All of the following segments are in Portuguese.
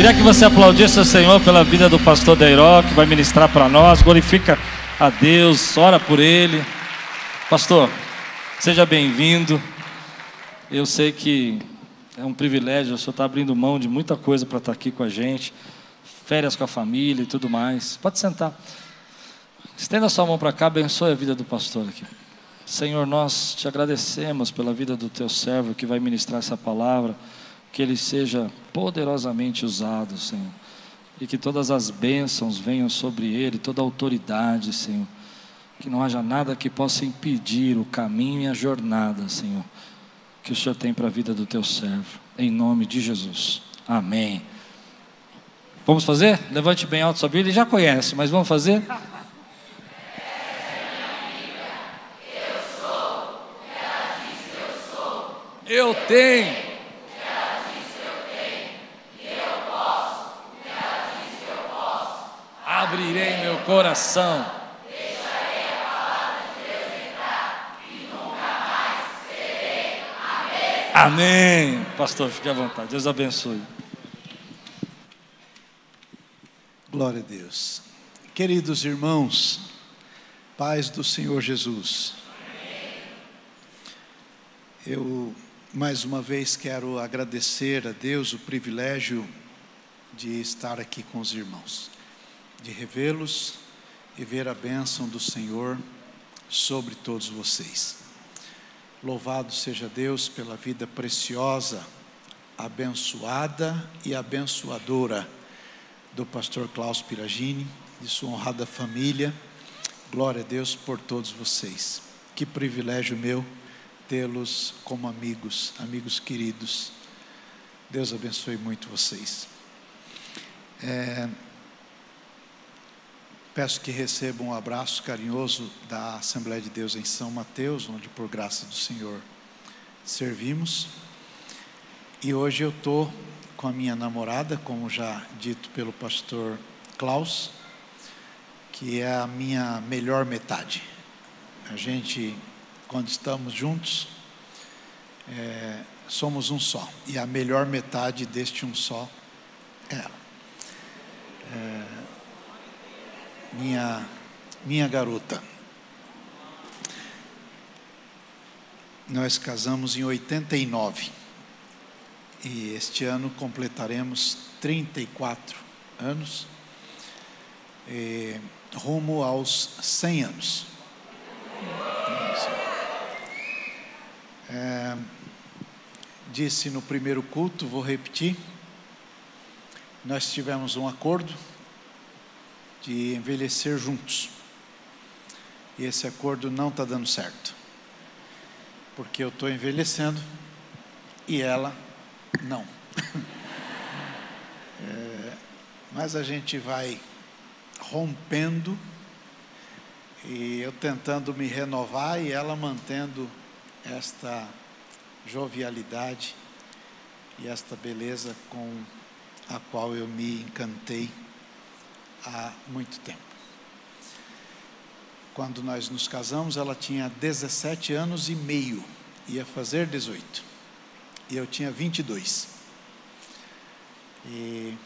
Queria que você aplaudisse o Senhor pela vida do pastor Deiró, que vai ministrar para nós. Glorifica a Deus, ora por ele. Pastor, seja bem-vindo. Eu sei que é um privilégio, o senhor está abrindo mão de muita coisa para estar aqui com a gente. Férias com a família e tudo mais. Pode sentar. Estenda sua mão para cá, abençoe a vida do pastor aqui. Senhor, nós te agradecemos pela vida do teu servo que vai ministrar essa palavra. Que ele seja poderosamente usado, Senhor. E que todas as bênçãos venham sobre ele, toda a autoridade, Senhor. Que não haja nada que possa impedir o caminho e a jornada, Senhor, que o Senhor tem para a vida do teu servo. Em nome de Jesus. Amém. Vamos fazer? Levante bem alto sua Bíblia. Ele já conhece, mas vamos fazer? Eu tenho. Abrirei meu coração. Deixarei a palavra de Deus entrar e nunca mais serei a mesma. Amém. Pastor, fique à vontade. Deus abençoe. Glória a Deus. Queridos irmãos, paz do Senhor Jesus. Eu mais uma vez quero agradecer a Deus o privilégio de estar aqui com os irmãos, de revê-los e ver a bênção do Senhor sobre todos vocês. Louvado seja Deus pela vida preciosa, abençoada e abençoadora do pastor Klaus Piragini, de sua honrada família. Glória a Deus por todos vocês. Que privilégio meu tê-los como amigos, amigos queridos. Deus abençoe muito vocês. Peço que recebam um abraço carinhoso da Assembleia de Deus em São Mateus, onde por graça do Senhor servimos. E hoje eu estou com a minha namorada, como já dito pelo pastor Klaus, que é a minha melhor metade. A gente, quando estamos juntos, somos um só. E a melhor metade deste um só é ela. Minha garota. Nós casamos em 89 e este ano completaremos 34 anos, rumo aos 100 anos. Disse no primeiro culto, vou repetir, nós tivemos um acordo de envelhecer juntos. E esse acordo não está dando certo. Porque eu estou envelhecendo e ela não. Mas a gente vai rompendo e eu tentando me renovar e ela mantendo esta jovialidade e esta beleza com a qual eu me encantei há muito tempo. Quando nós nos casamos, ela tinha 17 anos e meio, ia fazer 18, e eu tinha 22. E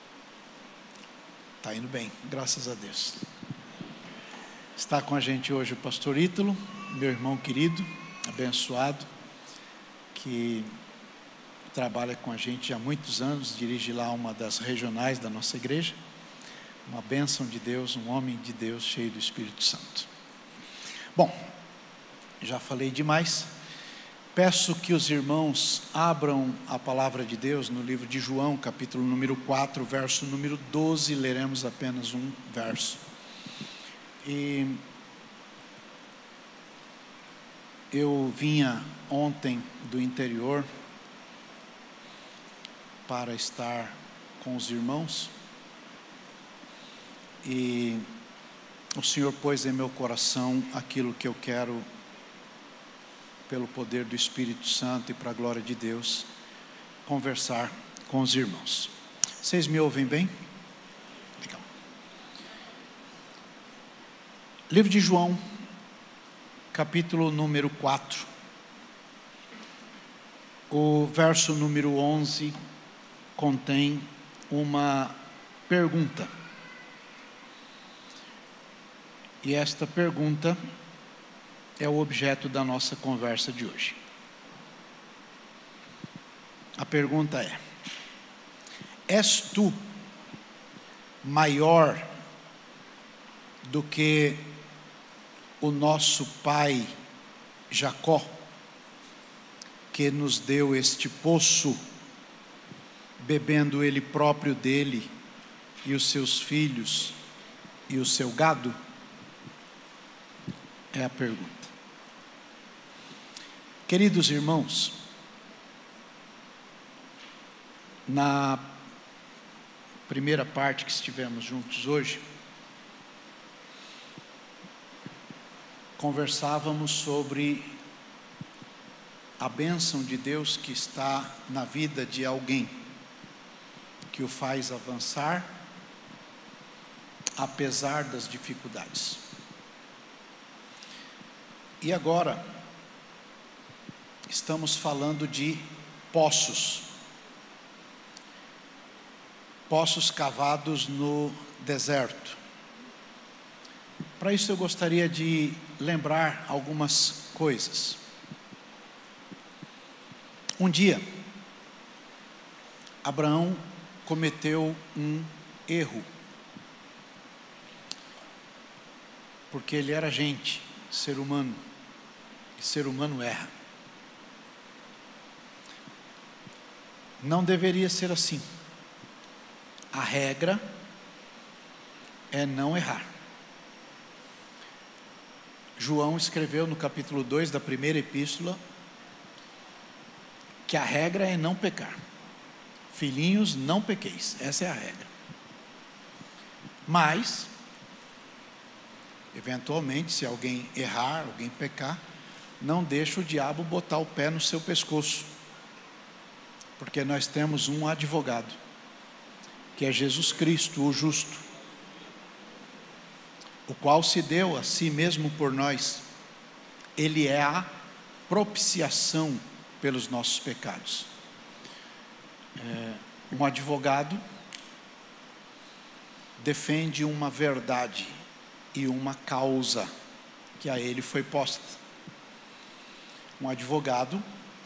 está indo bem, graças a Deus. Está com a gente hoje o pastor Ítalo, meu irmão querido, abençoado, que trabalha com a gente há muitos anos, dirige lá uma das regionais da nossa igreja. Uma bênção de Deus, um homem de Deus cheio do Espírito Santo. Bom, já falei demais. Peço que os irmãos abram a palavra de Deus no livro de João, capítulo número 4, verso número 12. Leremos apenas um verso. E eu vinha ontem do interior para estar com os irmãos. E o Senhor pôs em meu coração aquilo que eu quero, pelo poder do Espírito Santo e para a glória de Deus, conversar com os irmãos. Vocês me ouvem bem? Legal. Livro de João, capítulo número 4. O verso número 11 contém uma pergunta. E esta pergunta é o objeto da nossa conversa de hoje. A pergunta é: és tu maior do que o nosso pai Jacó, que nos deu este poço, bebendo ele próprio dele e os seus filhos e o seu gado? É a pergunta. Queridos irmãos, na primeira parte que estivemos juntos hoje, conversávamos sobre a bênção de Deus que está na vida de alguém, que o faz avançar apesar das dificuldades. E agora estamos falando de poços cavados no deserto. Para isso eu gostaria de lembrar algumas coisas. Um dia, Abraão cometeu um erro, porque ele era gente, ser humano, e ser humano erra. Não deveria ser assim. A regra é não errar. João escreveu no capítulo 2 da primeira epístola que a regra é não pecar. Filhinhos, não pequeis. Essa é a regra. Mas, eventualmente, se alguém errar, alguém pecar, não deixa o diabo botar o pé no seu pescoço, porque nós temos um advogado, que é Jesus Cristo, o justo, o qual se deu a si mesmo por nós. Ele é a propiciação pelos nossos pecados. Um advogado defende uma verdade e uma causa que a ele foi posta. Um advogado,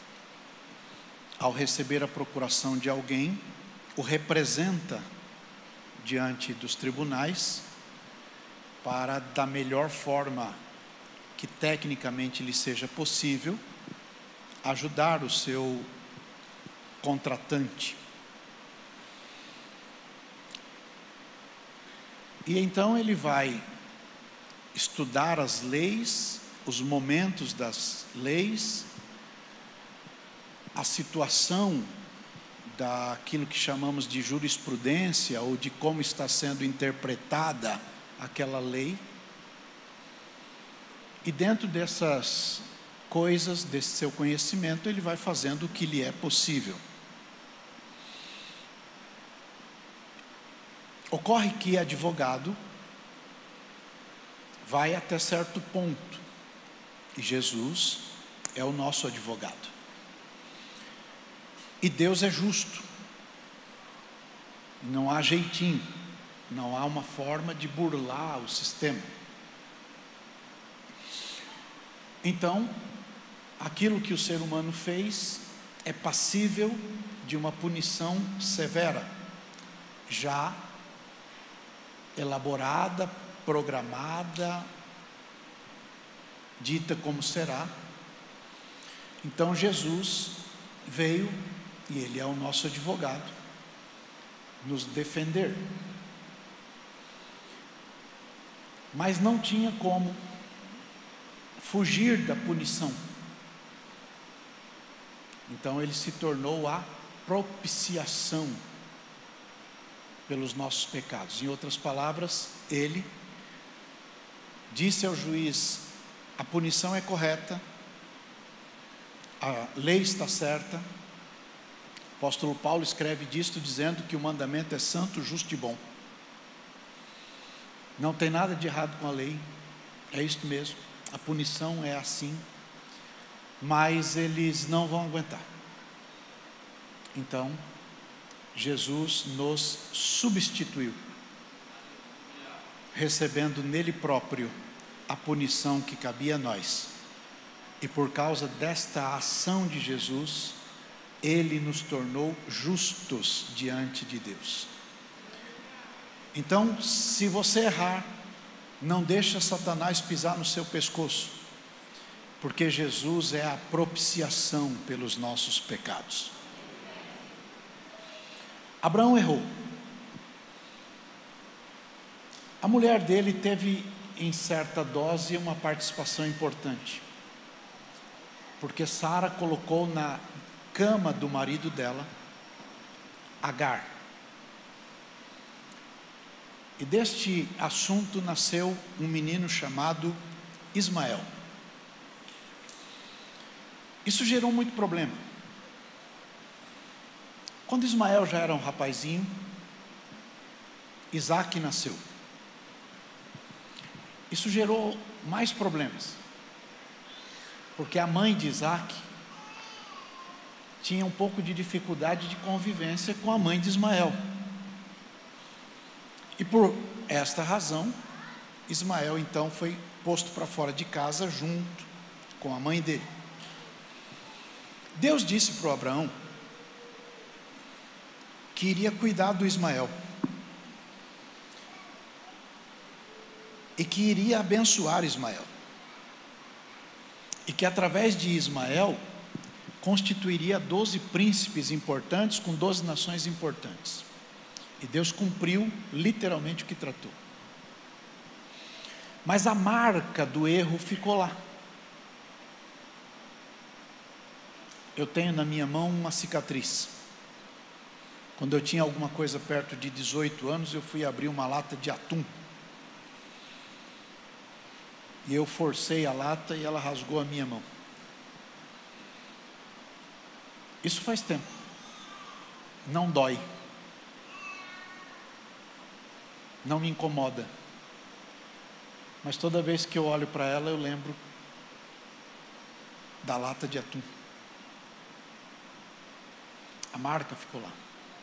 ao receber a procuração de alguém, o representa diante dos tribunais para, da melhor forma que tecnicamente lhe seja possível, ajudar o seu contratante. E então ele vai estudar as leis, os momentos das leis, a situação daquilo que chamamos de jurisprudência, ou de como está sendo interpretada aquela lei. E dentro dessas coisas, desse seu conhecimento, ele vai fazendo o que lhe é possível. Ocorre que advogado vai até certo ponto, e Jesus é o nosso advogado. E Deus é justo. Não há jeitinho, não há uma forma de burlar o sistema. Então, aquilo que o ser humano fez é passível de uma punição severa, já elaborada, programada, dita como será. Então Jesus veio, e Ele é o nosso advogado, nos defender. Mas não tinha como fugir da punição. Então Ele se tornou a propiciação pelos nossos pecados. Em outras palavras, Ele disse ao juiz: a punição é correta, a lei está certa. O apóstolo Paulo escreve disto dizendo que o mandamento é santo, justo e bom. Não tem nada de errado com a lei, é isto mesmo, a punição é assim, mas eles não vão aguentar. Então Jesus nos substituiu, recebendo nele próprio a punição que cabia a nós. E por causa desta ação de Jesus, ele nos tornou justos diante de Deus. Então, se você errar, não deixa Satanás pisar no seu pescoço, porque Jesus é a propiciação pelos nossos pecados. Abraão errou. A mulher dele teve, em certa dose, uma participação importante, porque Sara colocou na cama do marido dela Agar, e deste assunto nasceu um menino chamado Ismael. Isso gerou muito problema. Quando Ismael já era um rapazinho, Isaac nasceu. Isso gerou mais problemas, porque a mãe de Isaac tinha um pouco de dificuldade de convivência com a mãe de Ismael. E por esta razão, Ismael então foi posto para fora de casa junto com a mãe dele. Deus disse para o Abraão que iria cuidar do Ismael e que iria abençoar Ismael, e que através de Ismael constituiria 12 príncipes importantes com 12 nações importantes. E Deus cumpriu literalmente o que tratou. Mas a marca do erro ficou lá. Eu tenho na minha mão uma cicatriz. Quando eu tinha alguma coisa perto de 18 anos, eu fui abrir uma lata de atum. E eu forcei a lata e ela rasgou a minha mão. Isso faz tempo. Não dói. Não me incomoda. Mas toda vez que eu olho para ela, eu lembro da lata de atum. A marca ficou lá.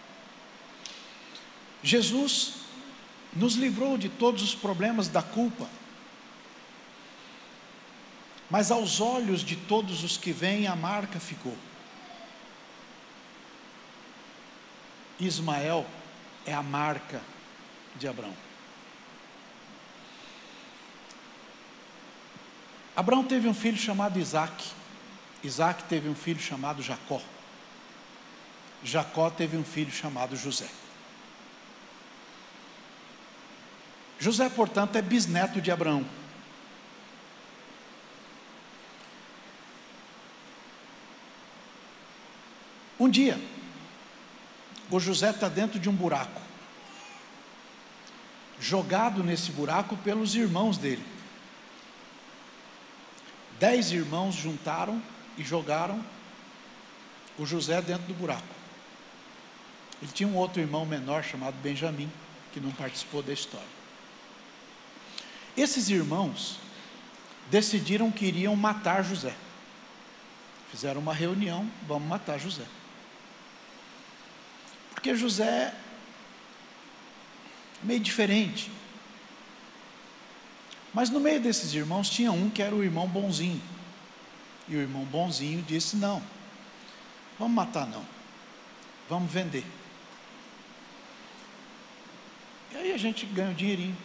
Jesus nos livrou de todos os problemas da culpa, mas aos olhos de todos os que veem, a marca ficou. Ismael é a marca de Abraão. Abraão teve um filho chamado Isaac. Isaac teve um filho chamado Jacó. Jacó teve um filho chamado José. José, portanto, é bisneto de Abraão. Um dia, o José está dentro de um buraco, jogado nesse buraco pelos irmãos dele. 10 irmãos juntaram e jogaram o José dentro do buraco. Ele tinha um outro irmão menor chamado Benjamim, que não participou da história. Esses irmãos decidiram que iriam matar José. Fizeram uma reunião: vamos matar José. Porque José é meio diferente. Mas no meio desses irmãos tinha um que era o irmão bonzinho. E o irmão bonzinho disse: não, vamos matar não, vamos vender. E aí a gente ganha um dinheirinho.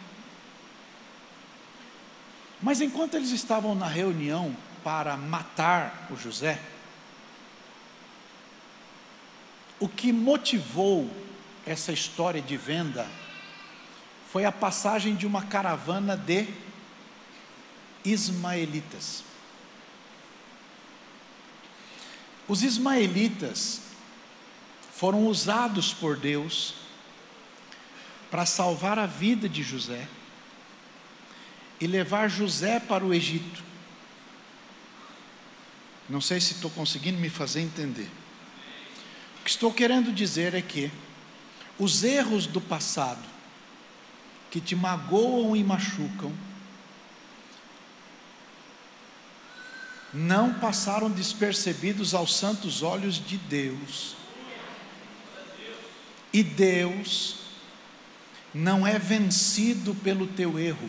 Mas enquanto eles estavam na reunião para matar o José, o que motivou essa história de venda foi a passagem de uma caravana de ismaelitas. Os ismaelitas foram usados por Deus para salvar a vida de José e levar José para o Egito. Não sei se estou conseguindo me fazer entender. O que estou querendo dizer é que os erros do passado, que te magoam e machucam, não passaram despercebidos aos santos olhos de Deus. E Deus não é vencido pelo teu erro.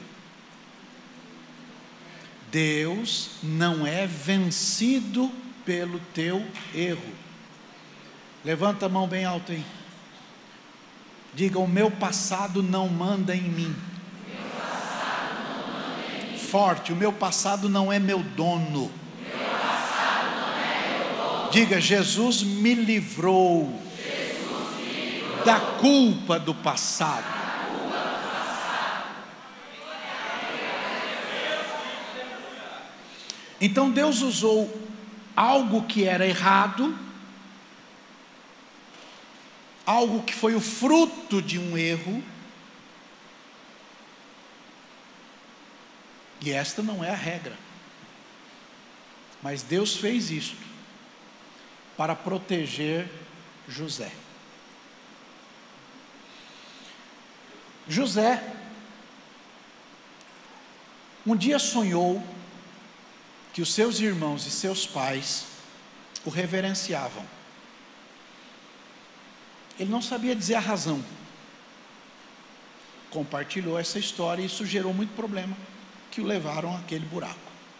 Deus não é vencido pelo teu erro. Levanta a mão bem alta aí. Diga: o meu passado não manda em mim. Forte: o meu passado não é meu dono. Diga: Jesus me livrou da culpa do passado. Então Deus usou algo que era errado, algo que foi o fruto de um erro, e esta não é a regra, mas Deus fez isto para proteger José. José um dia sonhou que os seus irmãos e seus pais o reverenciavam. Ele não sabia dizer a razão. Compartilhou essa história e isso gerou muito problema, que o levaram àquele buraco.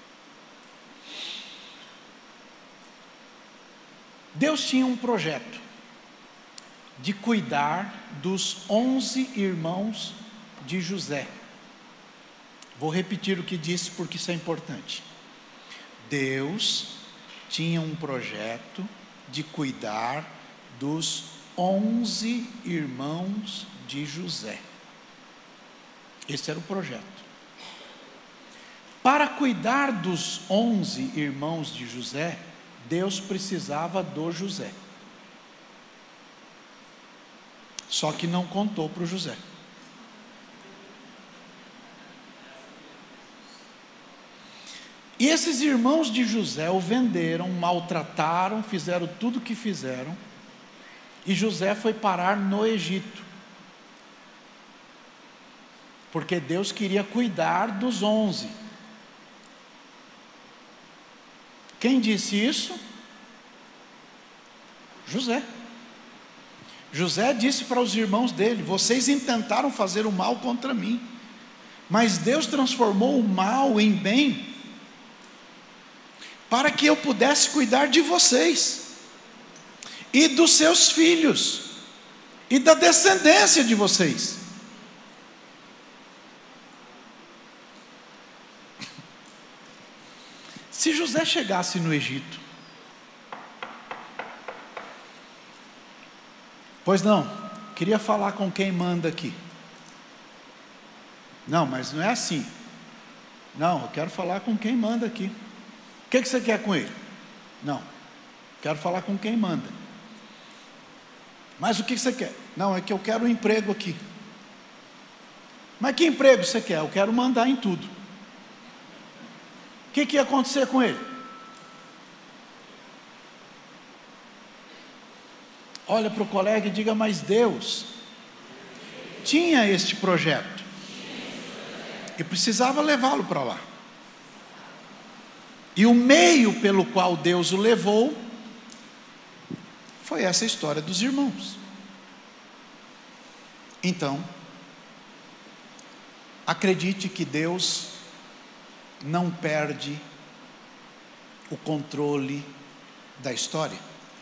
Deus tinha um projeto de cuidar dos 11 irmãos de José. Vou repetir o que disse porque isso é importante. Deus tinha um projeto de cuidar dos 11 irmãos de José. Esse era o projeto. Para cuidar dos 11 irmãos de José, Deus precisava do José. Só que não contou para o José. E esses irmãos de José o venderam, maltrataram, fizeram tudo o que fizeram. E José foi parar no Egito. Porque Deus queria cuidar dos 11. Quem disse isso? José. José disse para os irmãos dele: vocês intentaram fazer o mal contra mim, mas Deus transformou o mal em bem, para que eu pudesse cuidar de vocês, e dos seus filhos, e da descendência de vocês. Se José chegasse no Egito, pois não, queria falar com quem manda aqui. Não, mas não é assim. Não, eu quero falar com quem manda aqui. O que você quer com ele? Não, quero falar com quem manda. Mas o que você quer? Não, é que eu quero um emprego aqui. Mas que emprego você quer? Eu quero mandar em tudo. O que ia acontecer com ele? Olha para o colega e diga: mas Deus tinha este projeto e precisava levá-lo para lá. E o meio pelo qual Deus o levou foi essa história dos irmãos. Então, acredite que Deus não perde o controle da história.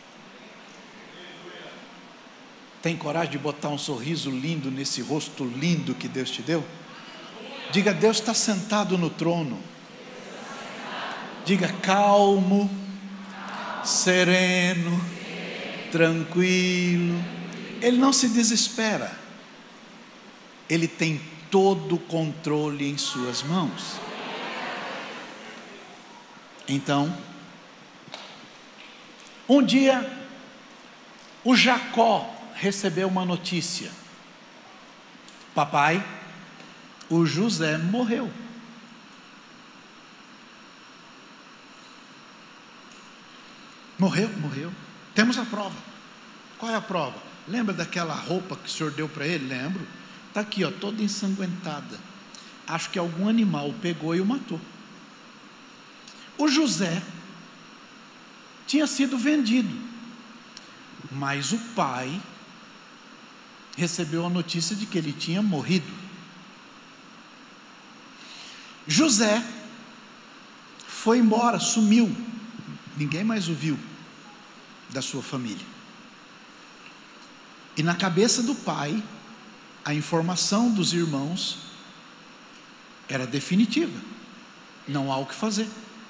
Tem coragem de botar um sorriso lindo nesse rosto lindo que Deus te deu? Diga: Deus está sentado no trono. Diga: calmo, sereno, tranquilo. Ele não se desespera. Ele tem todo o controle em suas mãos. Então, um dia, o Jacó recebeu uma notícia: papai, o José morreu. Morreu. Temos a prova. Qual é a prova? Lembra daquela roupa que o senhor deu para ele? Lembro. Está aqui, ó, toda ensanguentada. Acho que algum animal o pegou e o matou. O José tinha sido vendido, mas o pai recebeu a notícia de que ele tinha morrido. José foi embora, sumiu, ninguém mais o viu da sua família. E na cabeça do pai, a informação dos irmãos era definitiva, não há o que fazer.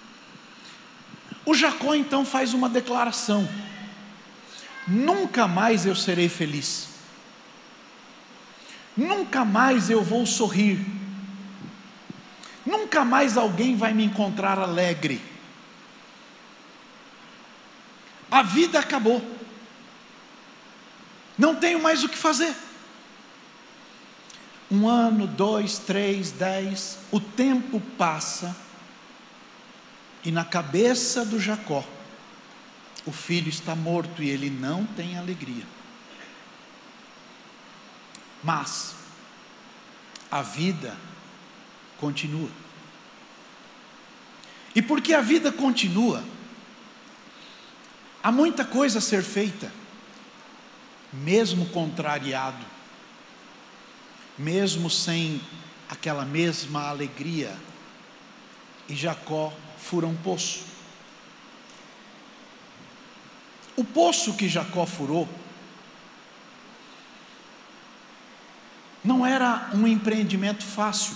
O Jacó então faz uma declaração: nunca mais eu serei feliz, nunca mais eu vou sorrir, nunca mais alguém vai me encontrar alegre. A vida acabou, não tenho mais o que fazer. 1 ano, 2, 3, 10, o tempo passa, e na cabeça do Jacó, o filho está morto e ele não tem alegria. Mas a vida continua. E porque a vida continua, há muita coisa a ser feita, mesmo contrariado, mesmo sem aquela mesma alegria. E Jacó fura um poço. O poço que Jacó furou não era um empreendimento fácil.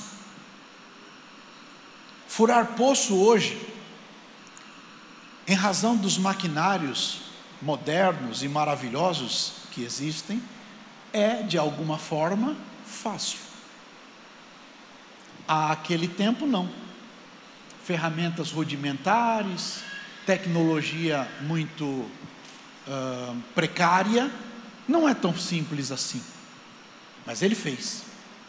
Furar poço hoje, em razão dos maquinários modernos e maravilhosos que existem, é de alguma forma fácil. Àquele tempo não. Ferramentas rudimentares, tecnologia muito precária, não é tão simples assim. Mas ele fez.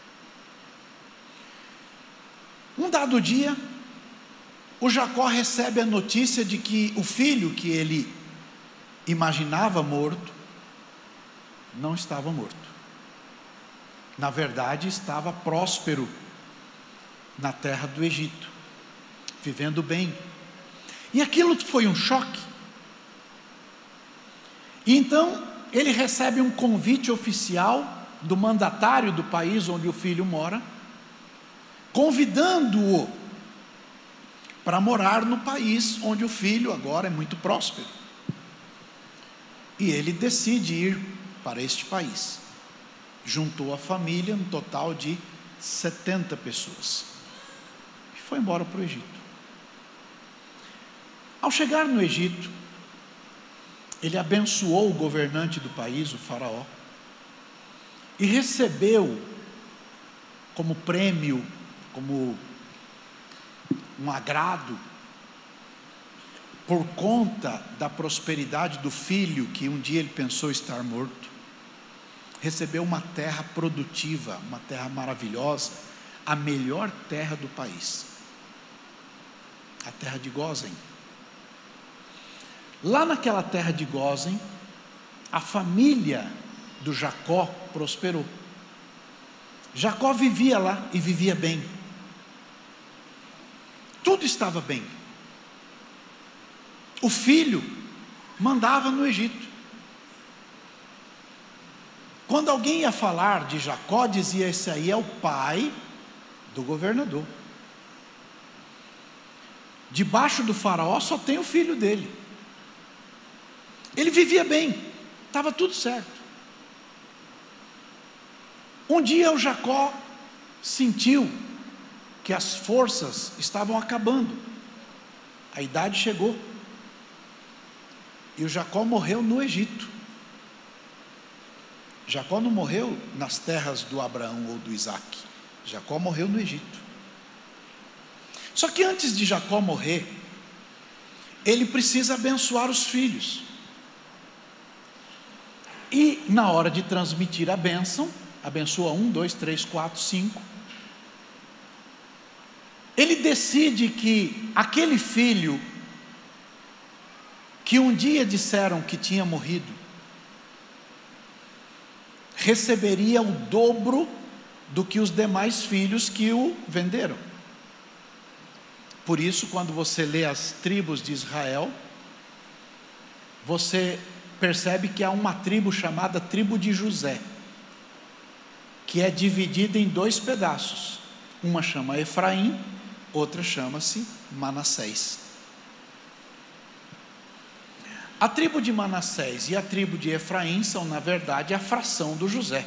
Um dado dia, o Jacó recebe a notícia de que o filho que ele imaginava morto, não estava morto. Na verdade, estava próspero na terra do Egito, vivendo bem. E aquilo foi um choque. E então ele recebe um convite oficial do mandatário do país onde o filho mora, convidando-o para morar no país onde o filho agora é muito próspero. E ele decide ir para este país. Juntou a família, um total de 70 pessoas, e foi embora para o Egito. Ao chegar no Egito, ele abençoou o governante do país, o faraó, e recebeu como prêmio, como um agrado, por conta da prosperidade do filho que um dia ele pensou estar morto, recebeu uma terra produtiva, uma terra maravilhosa, a melhor terra do país, a terra de Gósen. Lá naquela terra de Gósen, a família do Jacó prosperou. Jacó vivia lá e vivia bem. Tudo estava bem. O filho mandava no Egito. Quando alguém ia falar de Jacó, dizia: esse aí é o pai do governador. Debaixo do faraó só tem o filho dele. Ele vivia bem, estava tudo certo. Um dia o Jacó sentiu que as forças estavam acabando, a idade chegou, e o Jacó morreu no Egito. Jacó não morreu nas terras do Abraão ou do Isaac, Jacó morreu no Egito. Só que antes de Jacó morrer, ele precisa abençoar os filhos. E na hora de transmitir a bênção, abençoa 1, 2, 3, 4, 5. Ele decide que aquele filho que um dia disseram que tinha morrido, receberia o dobro do que os demais filhos que o venderam. Por isso, quando você lê as tribos de Israel, você percebe que há uma tribo chamada tribo de José. que é dividida em 2 pedaços. Uma chama Efraim, outra chama-se Manassés. A tribo de Manassés e a tribo de Efraim são, na verdade, a fração do José.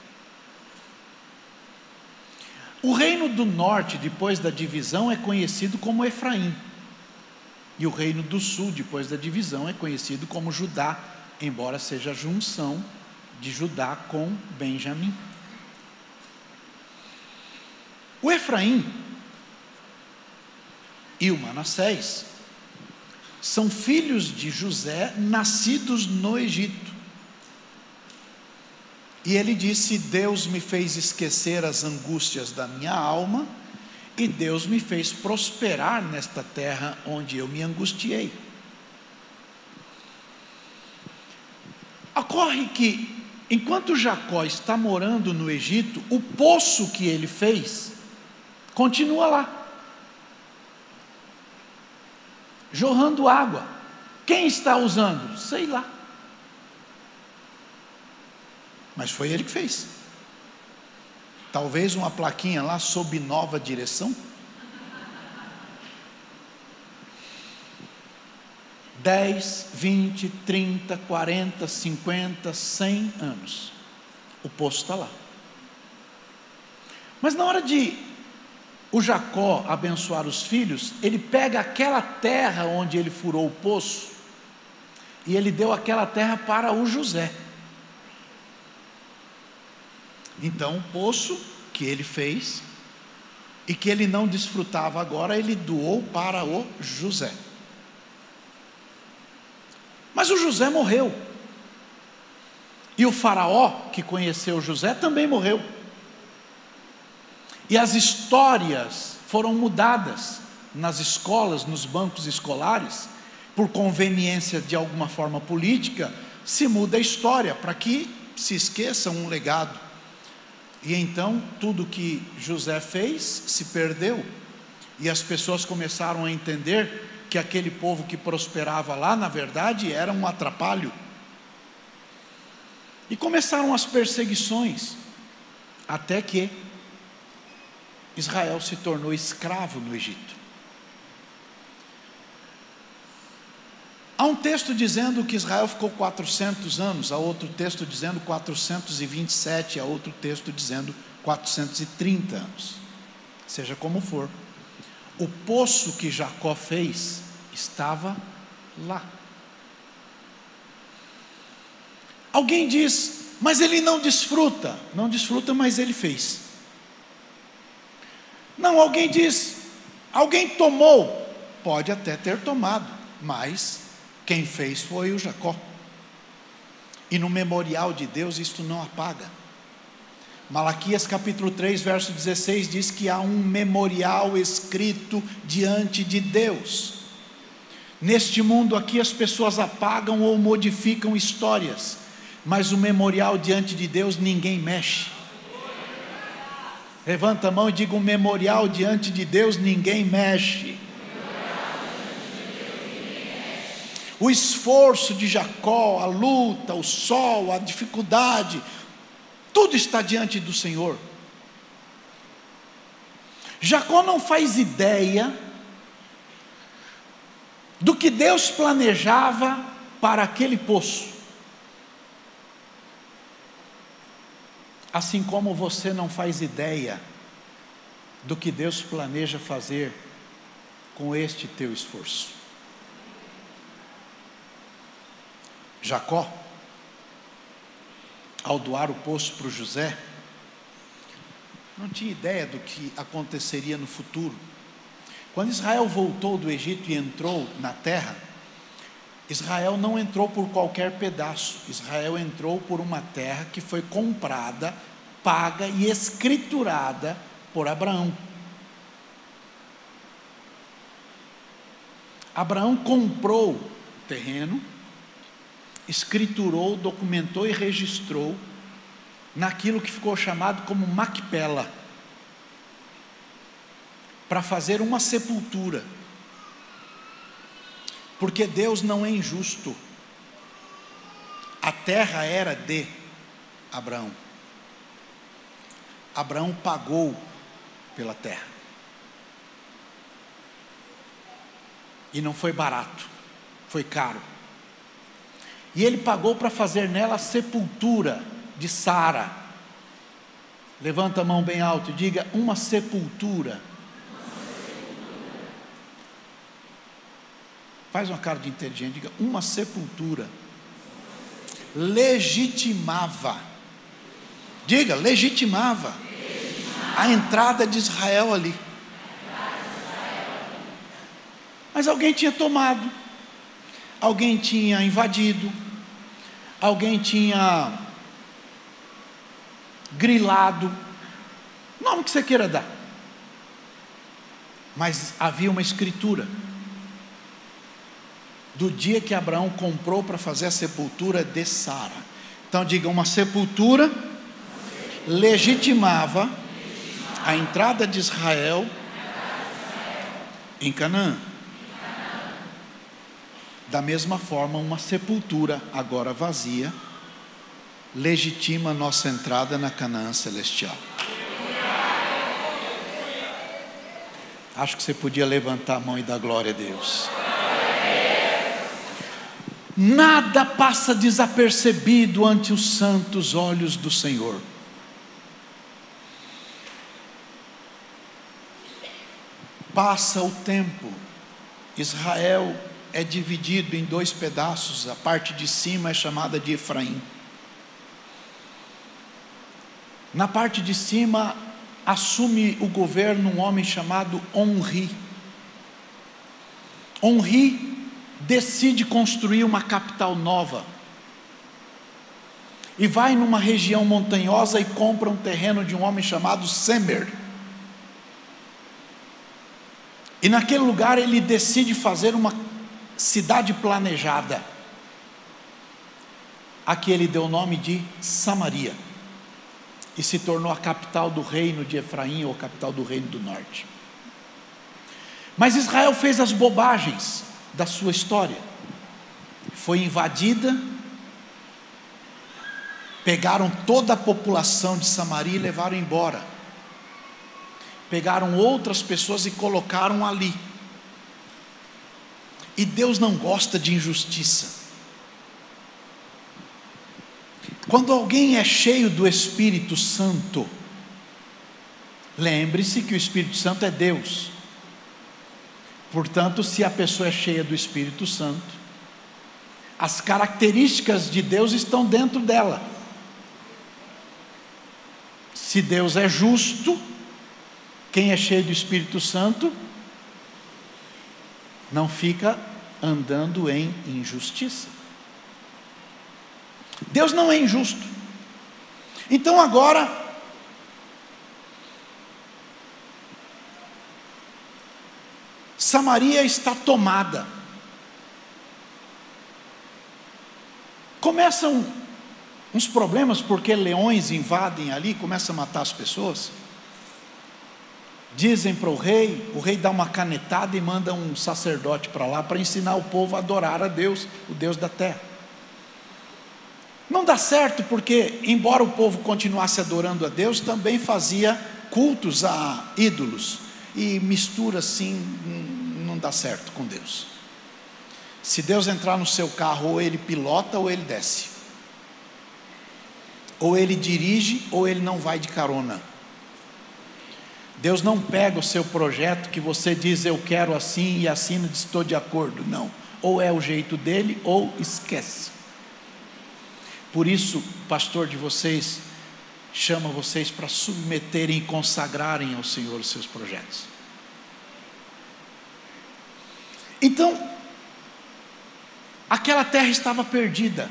O reino do norte, depois da divisão, é conhecido como Efraim. E o reino do sul, depois da divisão, é conhecido como Judá, embora seja a junção de Judá com Benjamim. O Efraim e o Manassés são filhos de José, nascidos no Egito. E ele disse: Deus me fez esquecer as angústias da minha alma, e Deus me fez prosperar nesta terra onde eu me angustiei. Ocorre que, enquanto Jacó está morando no Egito, o poço que ele fez continua lá, jorrando água. Quem está usando? Sei lá. Mas foi ele que fez. Talvez uma plaquinha lá, sob nova direção. 10, 20, 30, 40, 50, 100 anos. O poço está lá. Mas na hora de o Jacó abençoar os filhos, ele pega aquela terra onde ele furou o poço, e ele deu aquela terra para o José. Então o poço que ele fez, e que ele não desfrutava agora, ele doou para o José. Mas o José morreu, e o faraó que conheceu José também morreu, e as histórias foram mudadas nas escolas, nos bancos escolares, por conveniência de alguma forma política, se muda a história, para que se esqueça um legado. E então tudo que José fez se perdeu, e as pessoas começaram a entender que aquele povo que prosperava lá, na verdade, era um atrapalho. E começaram as perseguições, até que Israel se tornou escravo no Egito. Há um texto dizendo que Israel ficou 400 anos, há outro texto dizendo 427, há outro texto dizendo 430 anos. Seja como for, o poço que Jacó fez estava lá. Alguém diz: mas ele não desfruta. Não desfruta, mas ele fez. Não, alguém diz: alguém tomou. Pode até ter tomado, mas quem fez foi o Jacó. E no memorial de Deus isto não apaga. Malaquias capítulo 3, verso 16 diz que há um memorial escrito diante de Deus. Neste mundo aqui as pessoas apagam ou modificam histórias, mas o memorial diante de Deus ninguém mexe. Levanta a mão e diga: o memorial diante de Deus ninguém mexe. O esforço de Jacó, a luta, o sol, a dificuldade, tudo está diante do Senhor. Jacó não faz ideia do que Deus planejava para aquele poço. Assim como você não faz ideia do que Deus planeja fazer com este teu esforço. Jacó, ao doar o poço para o José, não tinha ideia do que aconteceria no futuro. Quando Israel voltou do Egito e entrou na terra, Israel não entrou por qualquer pedaço. Israel entrou por uma terra que foi comprada, paga e escriturada por Abraão. Abraão comprou o terreno, escriturou, documentou e registrou naquilo que ficou chamado como Macpela, para fazer uma sepultura, porque Deus não é injusto. A terra era de Abraão, Abraão pagou pela terra. E não foi barato, foi caro. E ele pagou para fazer nela a sepultura de Sara. Levanta a mão bem alto e diga: uma sepultura. Faz uma cara de inteligente, diga: uma sepultura. Legitimava. Diga: legitimava a entrada de Israel ali. Mas alguém tinha tomado, alguém tinha invadido, alguém tinha grilado, o nome que você queira dar. Mas havia uma escritura do dia que Abraão comprou para fazer a sepultura de Sara. Então diga: uma sepultura legitimava a entrada de Israel em Canaã. Da mesma forma, uma sepultura agora vazia legitima a nossa entrada na Canaã celestial. Acho que você podia levantar a mão e dar glória a Deus. Nada passa desapercebido ante os santos olhos do Senhor. Passa o tempo, Israel é dividido em 2 pedaços. A parte de cima é chamada de Efraim. Na parte de cima assume o governo um homem chamado Onri. Onri decide construir uma capital nova e vai numa região montanhosa e compra um terreno de um homem chamado Semer. E naquele lugar ele decide fazer uma cidade planejada. Aqui ele deu o nome de Samaria e se tornou a capital do reino de Efraim, ou a capital do reino do norte. Mas Israel fez as bobagens da sua história. Foi invadida, pegaram toda a população de Samaria e levaram embora. Pegaram outras pessoas e colocaram ali. E Deus não gosta de injustiça. Quando alguém é cheio do Espírito Santo, lembre-se que o Espírito Santo é Deus. Portanto, se a pessoa é cheia do Espírito Santo, as características de Deus estão dentro dela. Se Deus é justo, quem é cheio do Espírito Santo não fica andando em injustiça. Deus não é injusto. Então agora, Samaria está tomada. Começam uns problemas porque leões invadem ali, começam a matar as pessoas. Dizem para o rei dá uma canetada e manda um sacerdote para lá para ensinar o povo a adorar a Deus, o Deus da terra. Não dá certo porque, embora o povo continuasse adorando a Deus, também fazia cultos a ídolos. E mistura assim, não dá certo com Deus. Se Deus entrar no seu carro, ou ele pilota ou ele desce. Ou ele dirige ou ele não vai de carona. Deus não pega o seu projeto que você diz eu quero assim e assim estou de acordo. Não, ou é o jeito dele ou esquece. Por isso o pastor de vocês chama vocês para submeterem e consagrarem ao Senhor os seus projetos. Então, aquela terra estava perdida.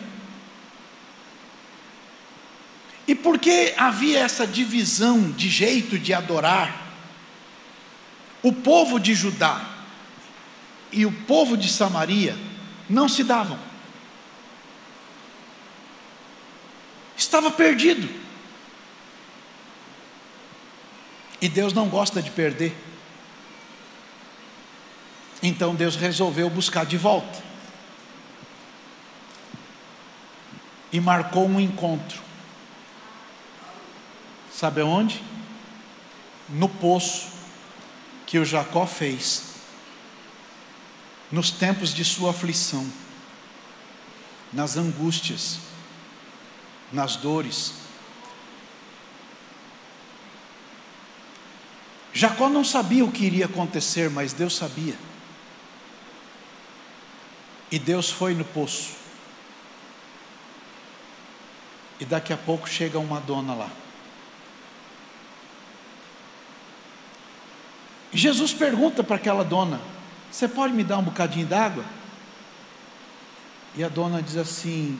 E porque havia essa divisão de jeito de adorar, o povo de Judá e o povo de Samaria não se davam. Estava perdido. E Deus não gosta de perder. Então Deus resolveu buscar de volta. E marcou um encontro. Sabe aonde? No poço que o Jacó fez, nos tempos de sua aflição, nas angústias, nas dores. Jacó não sabia o que iria acontecer, mas Deus sabia. E Deus foi no poço. E daqui a pouco chega uma dona lá. E Jesus pergunta para aquela dona: você pode me dar um bocadinho d'água? E a dona diz assim: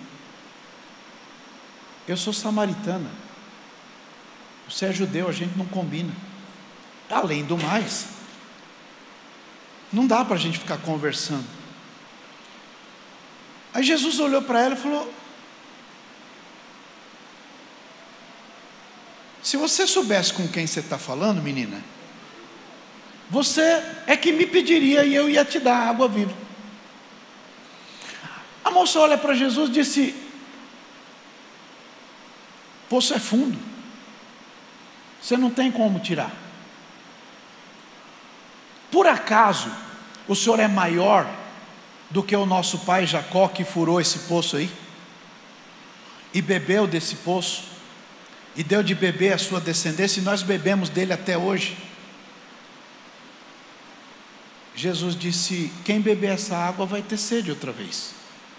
eu sou samaritana, você é judeu, a gente não combina. Além do mais, não dá para a gente ficar conversando. Aí Jesus olhou para ela e falou: se você soubesse com quem você está falando, menina, você é que me pediria e eu ia te dar água viva. A moça olha para Jesus e disse: poço é fundo, você não tem como tirar. Por acaso o senhor é maior do que o nosso pai Jacó, que furou esse poço aí e bebeu desse poço e deu de beber a sua descendência, e nós bebemos dele até hoje? Jesus disse: quem beber essa água vai ter sede outra vez,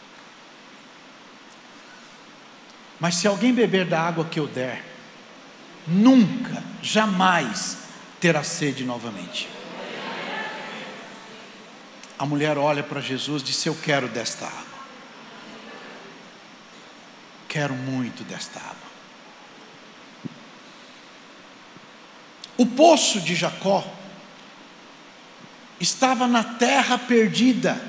mas se alguém beber da água que eu der, nunca, jamais terá sede novamente. A mulher olha para Jesus e disse: eu quero desta água, quero muito desta água. O poço de Jacó estava na terra perdida.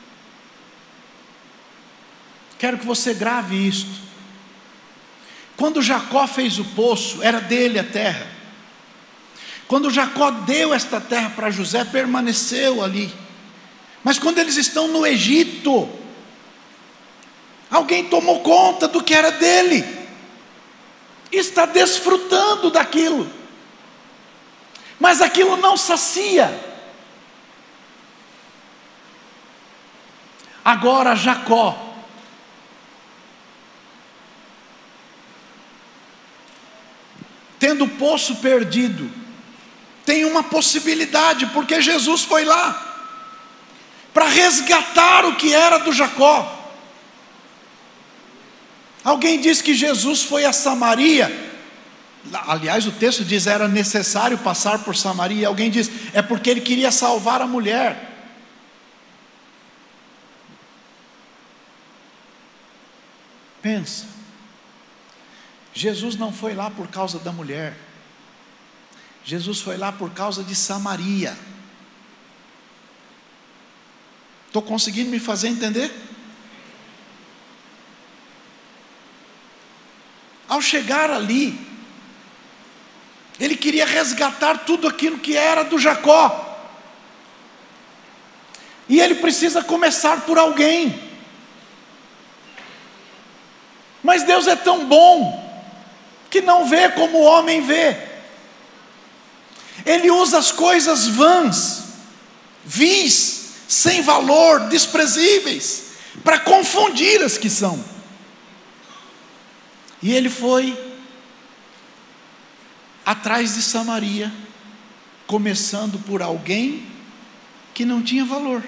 Quero que você grave isto. Quando Jacó fez o poço, era dele a terra. Quando Jacó deu esta terra para José, permaneceu ali. Mas quando eles estão no Egito, alguém tomou conta do que era dele, e está desfrutando daquilo, mas aquilo não sacia. Agora Jacó tendo o poço perdido, tem uma possibilidade, porque Jesus foi lá para resgatar o que era do Jacó. Alguém diz que Jesus foi a Samaria. Aliás, o texto diz: era necessário passar por Samaria. Alguém diz: é porque ele queria salvar a mulher. Pensa, Jesus não foi lá por causa da mulher, Jesus foi lá por causa de Samaria. Estou conseguindo me fazer entender? Ao chegar ali, ele queria resgatar tudo aquilo que era do Jacó, e ele precisa começar por alguém. Mas Deus é tão bom que não vê como o homem vê. Ele usa as coisas vãs, vis, sem valor, desprezíveis, para confundir as que são. E ele foi atrás de Samaria, começando por alguém que não tinha valor.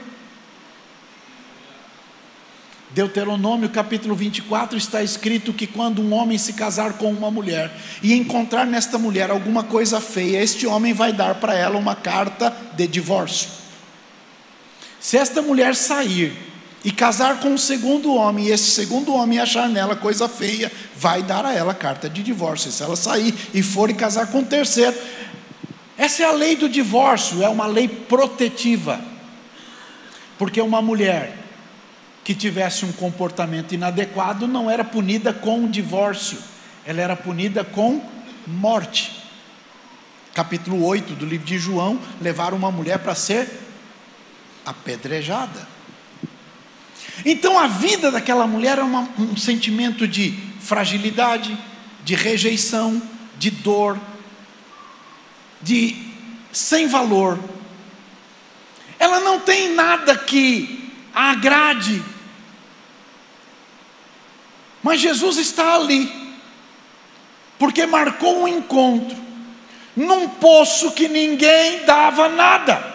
Deuteronômio capítulo 24 está escrito que quando um homem se casar com uma mulher e encontrar nesta mulher alguma coisa feia, este homem vai dar para ela uma carta de divórcio. Se esta mulher sair e casar com um segundo homem, e esse segundo homem achar nela coisa feia, vai dar a ela carta de divórcio. Se ela sair e for e casar com um terceiro, essa é a lei do divórcio, é uma lei protetiva, porque uma mulher que tivesse um comportamento inadequado não era punida com divórcio, ela era punida com morte. Capítulo 8 do livro de João, levaram uma mulher para ser apedrejada. Então a vida daquela mulher era um sentimento de fragilidade, de rejeição, de dor, de sem valor. Ela não tem nada que a agrade. Mas Jesus está ali, porque marcou um encontro, num poço que ninguém dava nada.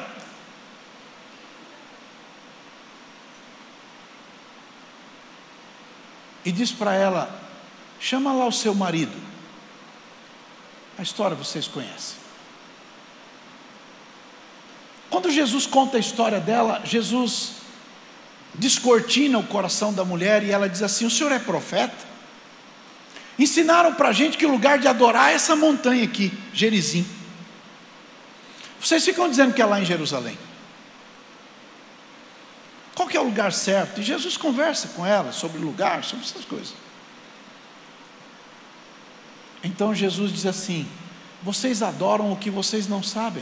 E diz para ela: chama lá o seu marido. A história vocês conhecem. Quando Jesus conta a história dela, Jesus descortina o coração da mulher e ela diz assim: o senhor é profeta? Ensinaram para a gente que o lugar de adorar é essa montanha aqui, Gerizim. Vocês ficam dizendo que é lá em Jerusalém. Qual que é o lugar certo? E Jesus conversa com ela sobre o lugar, sobre essas coisas. Então Jesus diz assim: vocês adoram o que vocês não sabem.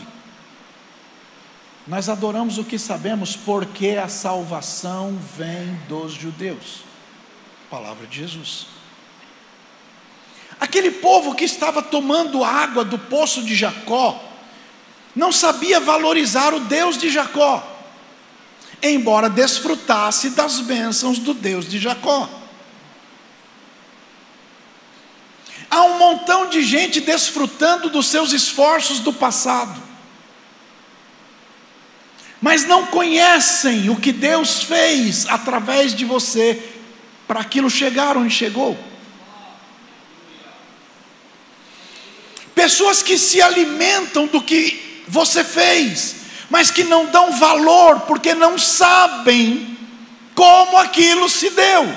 Nós adoramos o que sabemos, porque a salvação vem dos judeus. Palavra de Jesus. Aquele povo que estava tomando água do poço de Jacó não sabia valorizar o Deus de Jacó, embora desfrutasse das bênçãos do Deus de Jacó. Há um montão de gente desfrutando dos seus esforços do passado, mas não conhecem o que Deus fez através de você para aquilo chegar onde chegou. Pessoas que se alimentam do que você fez, mas que não dão valor porque não sabem como aquilo se deu.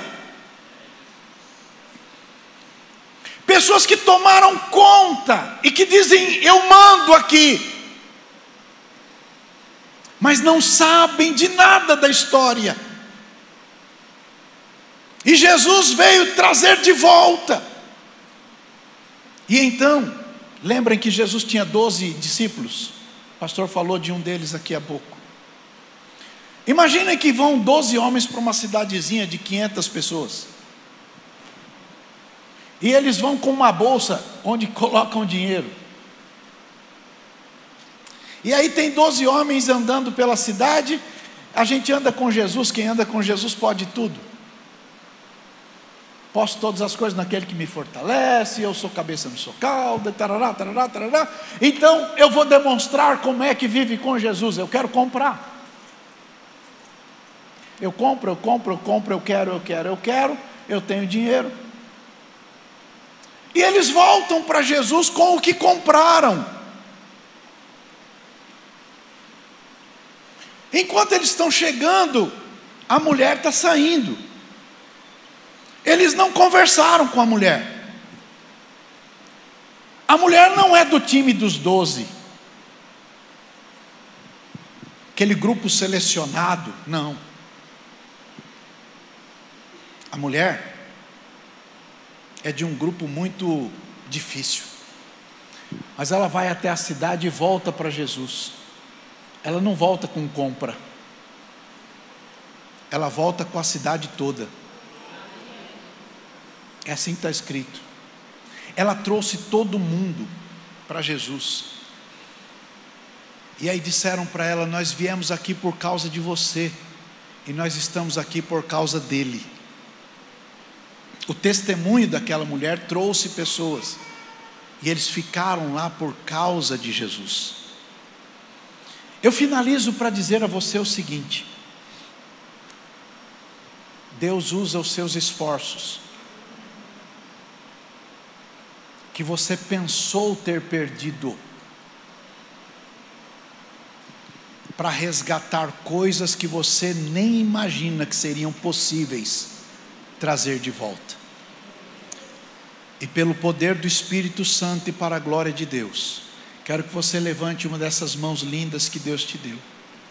Pessoas que tomaram conta e que dizem: eu mando aqui, mas não sabem de nada da história. E Jesus veio trazer de volta. E então, lembrem que Jesus tinha 12 discípulos. O pastor falou de um deles aqui há pouco. Imaginem que vão 12 homens para uma cidadezinha de 500 pessoas. E eles vão com uma bolsa onde colocam dinheiro. E aí tem 12 homens andando pela cidade. A gente anda com Jesus, quem anda com Jesus pode tudo. Posso todas as coisas naquele que me fortalece, eu sou cabeça, não sou cauda, tarará, tarará, tarará. Então eu vou demonstrar como é que vive com Jesus. Eu quero comprar. Eu compro, eu quero, eu tenho dinheiro. E eles voltam para Jesus com o que compraram. Enquanto eles estão chegando, a mulher está saindo. Eles não conversaram com a mulher. A mulher não é do time dos 12. Aquele grupo selecionado, não. A mulher é de um grupo muito difícil. Mas ela vai até a cidade e volta para Jesus. Ela não volta com compra. Ela volta com a cidade toda. É assim que está escrito. Ela trouxe todo mundo para Jesus. E aí disseram para ela: nós viemos aqui por causa de você, e nós estamos aqui por causa dele. O testemunho daquela mulher trouxe pessoas, e eles ficaram lá por causa de Jesus. Eu finalizo para dizer a você o seguinte: Deus usa os seus esforços, que você pensou ter perdido, para resgatar coisas que você nem imagina que seriam possíveis trazer de volta. E pelo poder do Espírito Santo e para a glória de Deus, quero que você levante uma dessas mãos lindas que Deus te deu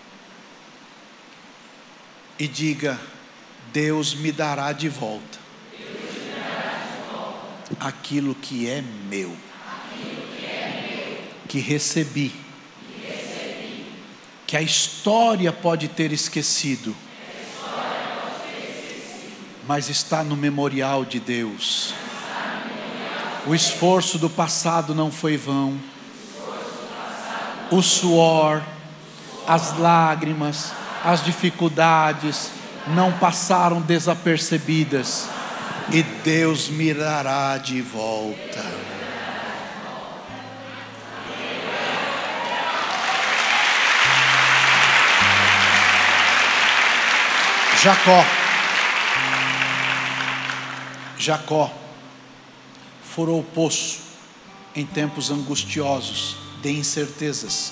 e diga: Deus me dará de volta aquilo que é meu, que recebi, que a história pode ter esquecido, mas está no memorial de Deus. O esforço do passado não foi vão. O suor, as lágrimas, as dificuldades não passaram desapercebidas. E Deus mirará de volta. Jacó furou o poço em tempos angustiosos de incertezas.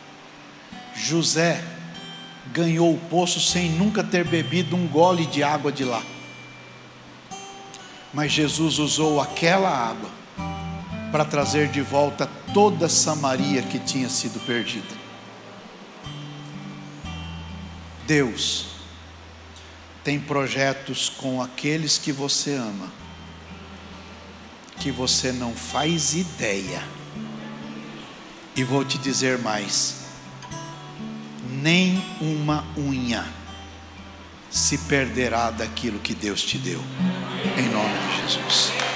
José ganhou o poço sem nunca ter bebido um gole de água de lá. Mas Jesus usou aquela água para trazer de volta toda Samaria que tinha sido perdida. Deus tem projetos com aqueles que você ama, que você não faz ideia. E vou te dizer mais: nem uma unha se perderá daquilo que Deus te deu, em nome de Jesus.